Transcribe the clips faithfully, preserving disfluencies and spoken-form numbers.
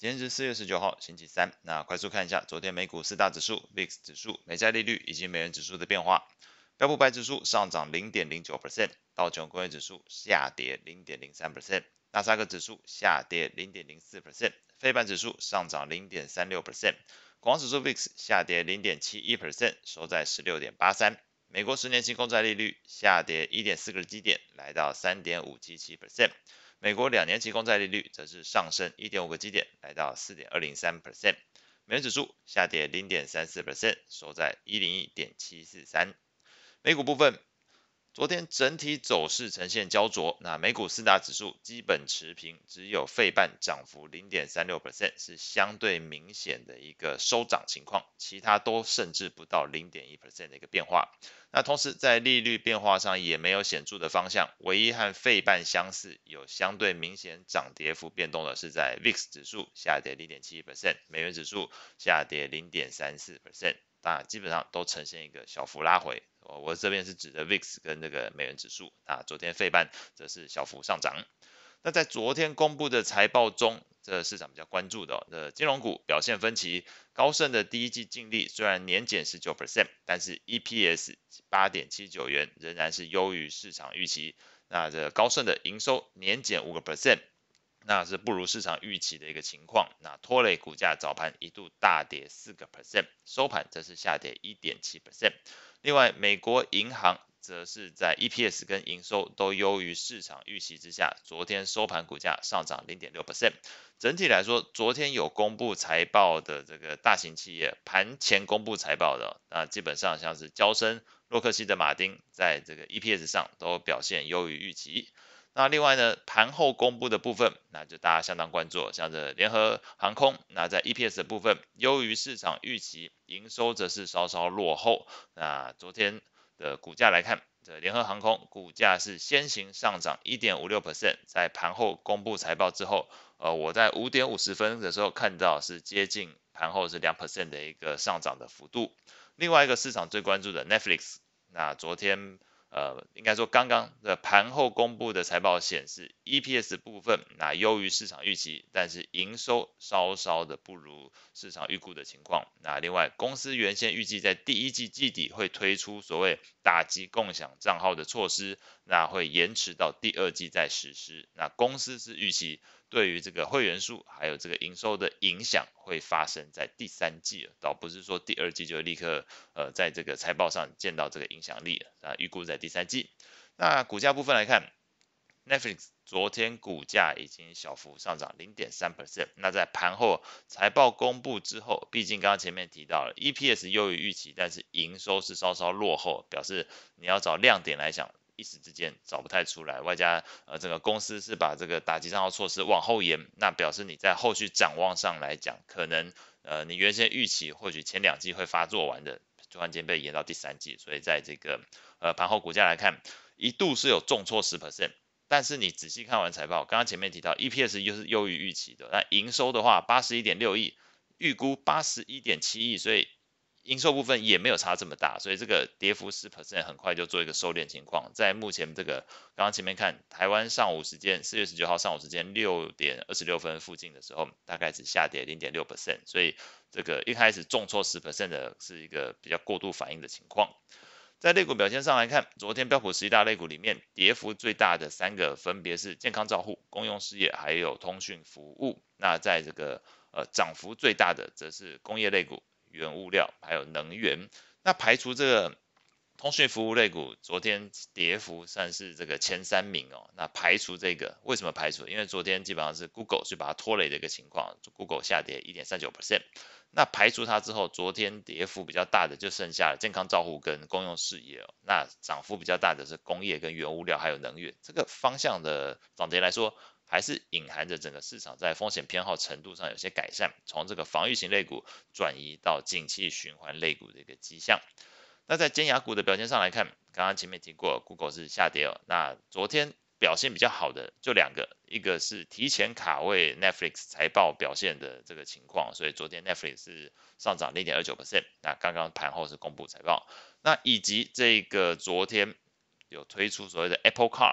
今天是四月十九号，星期三。那快速看一下昨天美股四大指数、V I X 指数、美债利率以及美元指数的变化。标普白指数上涨 零点零九 percent， 道琼工业指数下跌 零点零三 percent， 纳斯达克指数下跌 零点零四 percent， 费半指数上涨 零点三六 percent， 恐慌指数 V I X 下跌 零点七一 percent， 收在 十六点八三。美国十年期公债利率下跌 一点四个基点，来到 三点五七七 percent。美国两年期公债利率则是上升 一点五个基点，来到 四点二零三 percent。美元指数下跌 零点三四 percent， 收在 一零一点七四三。美股部分，昨天整体走势呈现焦灼，那美股四大指数基本持平，只有费半涨幅 零点三六 percent， 是相对明显的一个收涨情况，其他都甚至不到 零点一 percent 的一个变化。那同时在利率变化上也没有显著的方向，唯一和费半相似有相对明显涨跌幅变动的是在 V I X 指数下跌 零点七一 percent， 美元指数下跌 零点三四 percent， 当然基本上都呈现一个小幅拉回。我这边是指的 V I X 跟这个美元指数，那昨天费半则是小幅上涨。那在昨天公布的财报中，这市场比较关注的、哦、的金融股表现分歧。高盛的第一季净利虽然年减 百分之十九， 但是 E P S 八点七九 元仍然是优于市场预期。那这高盛的营收年减 百分之五，那是不如市场预期的一个情况，那拖累股价早盘一度大跌 百分之四， 收盘则是下跌 一点七 percent。 另外美国银行则是在 E P S 跟营收都优于市场预期之下，昨天收盘股价上涨 零点六 percent。 整体来说，昨天有公布财报的这个大型企业，盘前公布财报的，那基本上像是交生、洛克希德马丁在这个 E P S 上都表现优于预期。那另外呢，盘后公布的部分，那就大家相当关注，像这联合航空，那在 E P S 的部分优于市场预期，营收则是稍稍落后。那昨天的股价来看，这联合航空股价是先行上涨 一点五六 percent， 在盘后公布财报之后，呃，我在五点五十分的时候看到是接近盘后是 百分之二 的一个上涨的幅度。另外一个市场最关注的 Netflix， 那昨天呃，应该说刚刚的盘后公布的财报显示 ，E P S 部分那优于市场预期，但是营收稍稍的不如市场预估的情况。那另外，公司原先预计在第一季季底会推出所谓打击共享账号的措施，那会延迟到第二季再实施。那公司是预期对于这个会员数还有这个营收的影响会发生在第三季，倒不是说第二季就立刻呃在这个财报上见到这个影响力啊，预估在第三季。那股价部分来看， Netflix 昨天股价已经小幅上涨 零点三 percent， 那在盘后财报公布之后，毕竟刚刚前面提到了 E P S 优于预期，但是营收是稍稍落后，表示你要找亮点来讲，一时之间找不太出来，外加呃整个公司是把这个打击账号措施往后延，那表示你在后续展望上来讲，可能呃你原先预期或许前两季会发作完的，突然间被延到第三季，所以在这个呃盘后股价来看，一度是有重挫 百分之十， 但是你仔细看完财报，刚刚前面提到 E P S 又是优于预期的，那营收的话 八十一点六亿，预估 八十一点七亿，所以营收部分也没有差这么大，所以这个跌幅 百分之十 很快就做一个收敛情况。在目前这个刚刚前面看台湾上午时间四月十九号上午时间六点二十六分附近的时候，大概只下跌 零点六 percent， 所以这个一开始重挫 百分之十 的是一个比较过度反应的情况。在类股表现上来看，昨天标普十一大类股里面跌幅最大的三个分别是健康照护、公用事业还有通讯服务。那在这个呃涨幅最大的则是工业类股、原物料还有能源。那排除这个通讯服务类股，昨天跌幅算是这个前三名哦。那排除这个，为什么排除？因为昨天基本上是 Google 去把它拖累的一个情况 ，Google 下跌 一点三九 percent。那排除它之后，昨天跌幅比较大的就剩下了健康照护跟公用事业哦。那涨幅比较大的是工业跟原物料还有能源。这个方向的涨跌来说，还是隐含着整个市场在风险偏好程度上有些改善，从这个防御型类股转移到景气循环类股的一个迹象。那在尖牙股的表现上来看，刚刚前面提过 Google 是下跌哦，那昨天表现比较好的就两个，一个是提前卡位 Netflix 财报表现的这个情况，所以昨天 Netflix 是上涨 零点二九 percent， 那刚刚盘后是公布财报，那以及这个昨天有推出所谓的 Apple Card，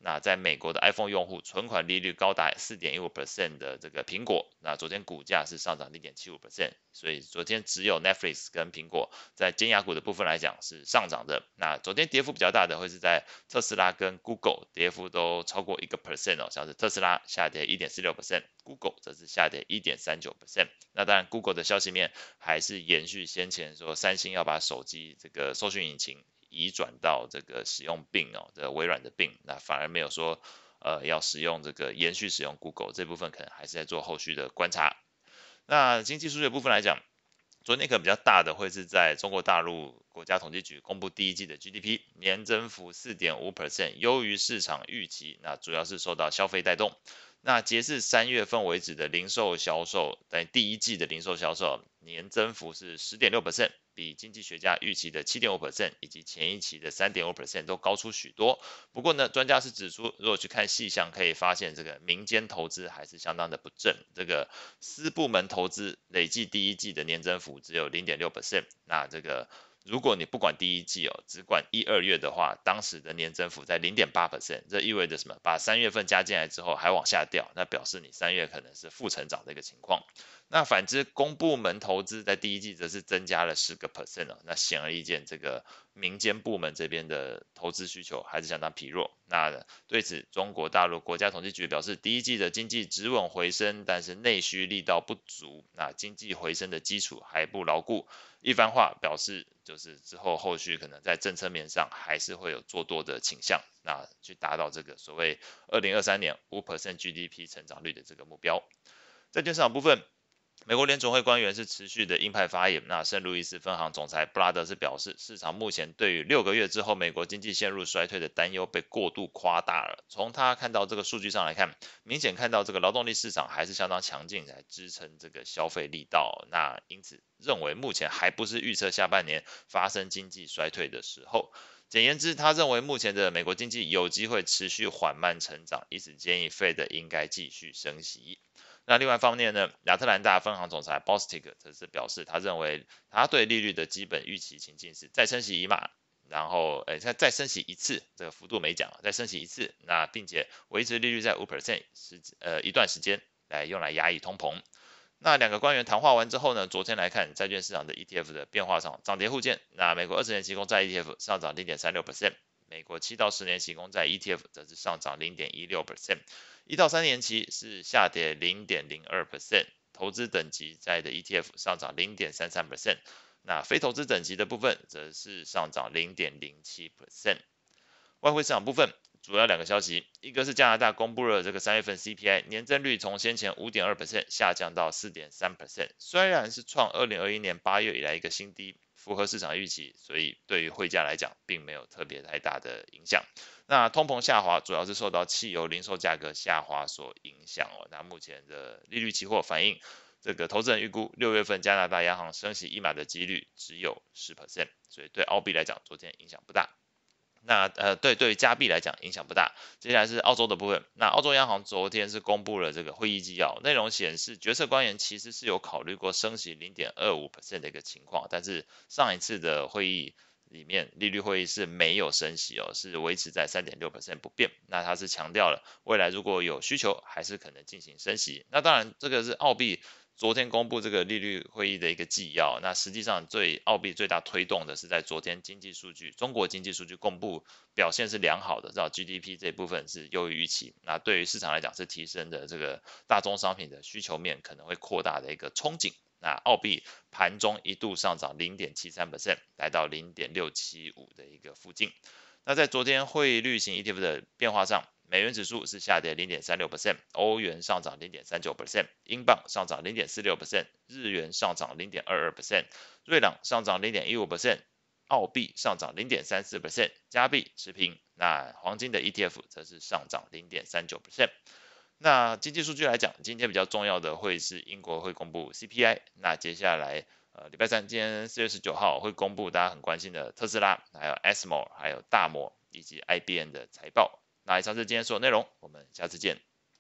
那在美国的 iPhone 用户存款利率高达 百分之四点一五 的这个苹果，那昨天股价是上涨 百分之零点七五， 所以昨天只有 Netflix 跟苹果在尖牙股的部分来讲是上涨的。那昨天跌幅比较大的会是在特斯拉跟 Google， 跌幅都超过 百分之一 哦，像是特斯拉下跌 百分之一点四六， Google 则是下跌 百分之一点三九。那当然 Google 的消息面还是延续先前说三星要把手机这个搜寻引擎移转到这个使用 Bing 哦，这微软的 Bing， 那反而没有说呃要使用这个延续使用 Google， 这部分可能还是在做后续的观察。那经济数据的部分来讲，昨天一个比较大的会是在中国大陆国家统计局公布第一季的 G D P 年增幅 百分之四点五， 优于市场预期，那主要是受到消费带动。那截至三月份为止的零售销售，在第一季的零售销售年增幅是 百分之十点六， 比经济学家预期的 百分之七点五 以及前一期的 百分之三点五 都高出许多。不过呢，专家是指出，如果去看细项，可以发现这个民间投资还是相当的不振，这个私部门投资累计第一季的年增幅只有 百分之零点六， 那这个如果你不管第一季哦，只管一二月的话，当时的年增幅在 百分之零点八， 这意味着什么？把三月份加进来之后还往下掉，那表示你三月可能是负成长的一个情况。那反之，公部门投资在第一季则是增加了 百分之十 哦，那显而易见，这个民间部门这边的投资需求还是相当疲弱。那对此，中国大陆国家统计局表示，第一季的经济止稳回升，但是内需力道不足，那经济回升的基础还不牢固。一番话表示，就是之后后续可能在政策面上还是会有做多的倾向，那去达到这个所谓二零二三年 百分之五 G D P 成长率的这个目标。债券市场部分，美国联总会官员是持续的鹰派发言，那圣路易斯分行总裁布拉德是表示，市场目前对于六个月之后美国经济陷入衰退的担忧被过度夸大了。从他看到这个数据上来看，明显看到这个劳动力市场还是相当强劲，来支撑这个消费力道。那因此认为目前还不是预测下半年发生经济衰退的时候。简言之，他认为目前的美国经济有机会持续缓慢成长，因此建议 Fed 应该继续升息。那另外一方面呢，亚特兰大分行总裁 Bostic 则是表示，他认为他对利率的基本预期情境是再升息一码，然后诶再再升息一次，这个幅度没讲，再升息一次，那并且维持利率在 百分之五 时呃一段时间来用来压抑通膨。那两个官员谈话完之后呢，昨天来看债券市场的 E T F 的变化上涨跌互见。那美国二十年期公债 E T F 上涨 百分之零点三六， 美国七到十年期公债 E T F 则是上涨 百分之零点一六， 一到三年期是下跌 百分之零点零二， 投资等级债的 E T F 上涨 百分之零点三三， 那非投资等级的部分则是上涨 百分之零点零七。外汇市场部分主要两个消息，一个是加拿大公布了这个三月份 C P I 年增率从先前 百分之五点二 下降到 百分之四点三， 虽然是创二零二一年八月以来一个新低，符合市场预期，所以对于汇价来讲并没有特别太大的影响。那通膨下滑主要是受到汽油零售价格下滑所影响哦。那目前的利率期货反映，这个投资人预估六月份加拿大央行升息一码的几率只有 百分之十， 所以对澳币来讲昨天影响不大。那呃，对对于加币来讲影响不大。接下来是澳洲的部分，那澳洲央行昨天是公布了这个会议纪要，内容显示决策官员其实是有考虑过升息 百分之零点二五 的一个情况，但是上一次的会议里面利率会议是没有升息哦，是维持在 百分之三点六 不变。那他是强调了未来如果有需求还是可能进行升息。那当然这个是澳币昨天公布这个利率会议的一个纪要，那实际上对澳币最大推动的是在昨天经济数据，中国经济数据公布表现是良好的，至少 G D P 这部分是优于预期，那对于市场来讲是提升的这个大宗商品的需求面可能会扩大的一个憧憬。那澳币盘中一度上涨 百分之零点七三， 来到 零点六七五 的一个附近。那在昨天汇率型 E T F 的变化上，美元指数是下跌 零点三六， 欧元上涨 零点三九， 英镑上涨 零点四六， 日元上涨 零点二二， 瑞郎上涨 零点一五， 澳币上涨 零点三四， 加币持平。那黄金的 E T F 则是上涨 零点三九。那经济数据来讲，今天比较重要的会是英国会公布 C P I， 那接下来呃礼拜三今天四月十九号会公布大家很关心的特斯拉，还有 A S M O， 还有大摩以及 I B M 的财报。那以上是今天所有内容，我们下次见。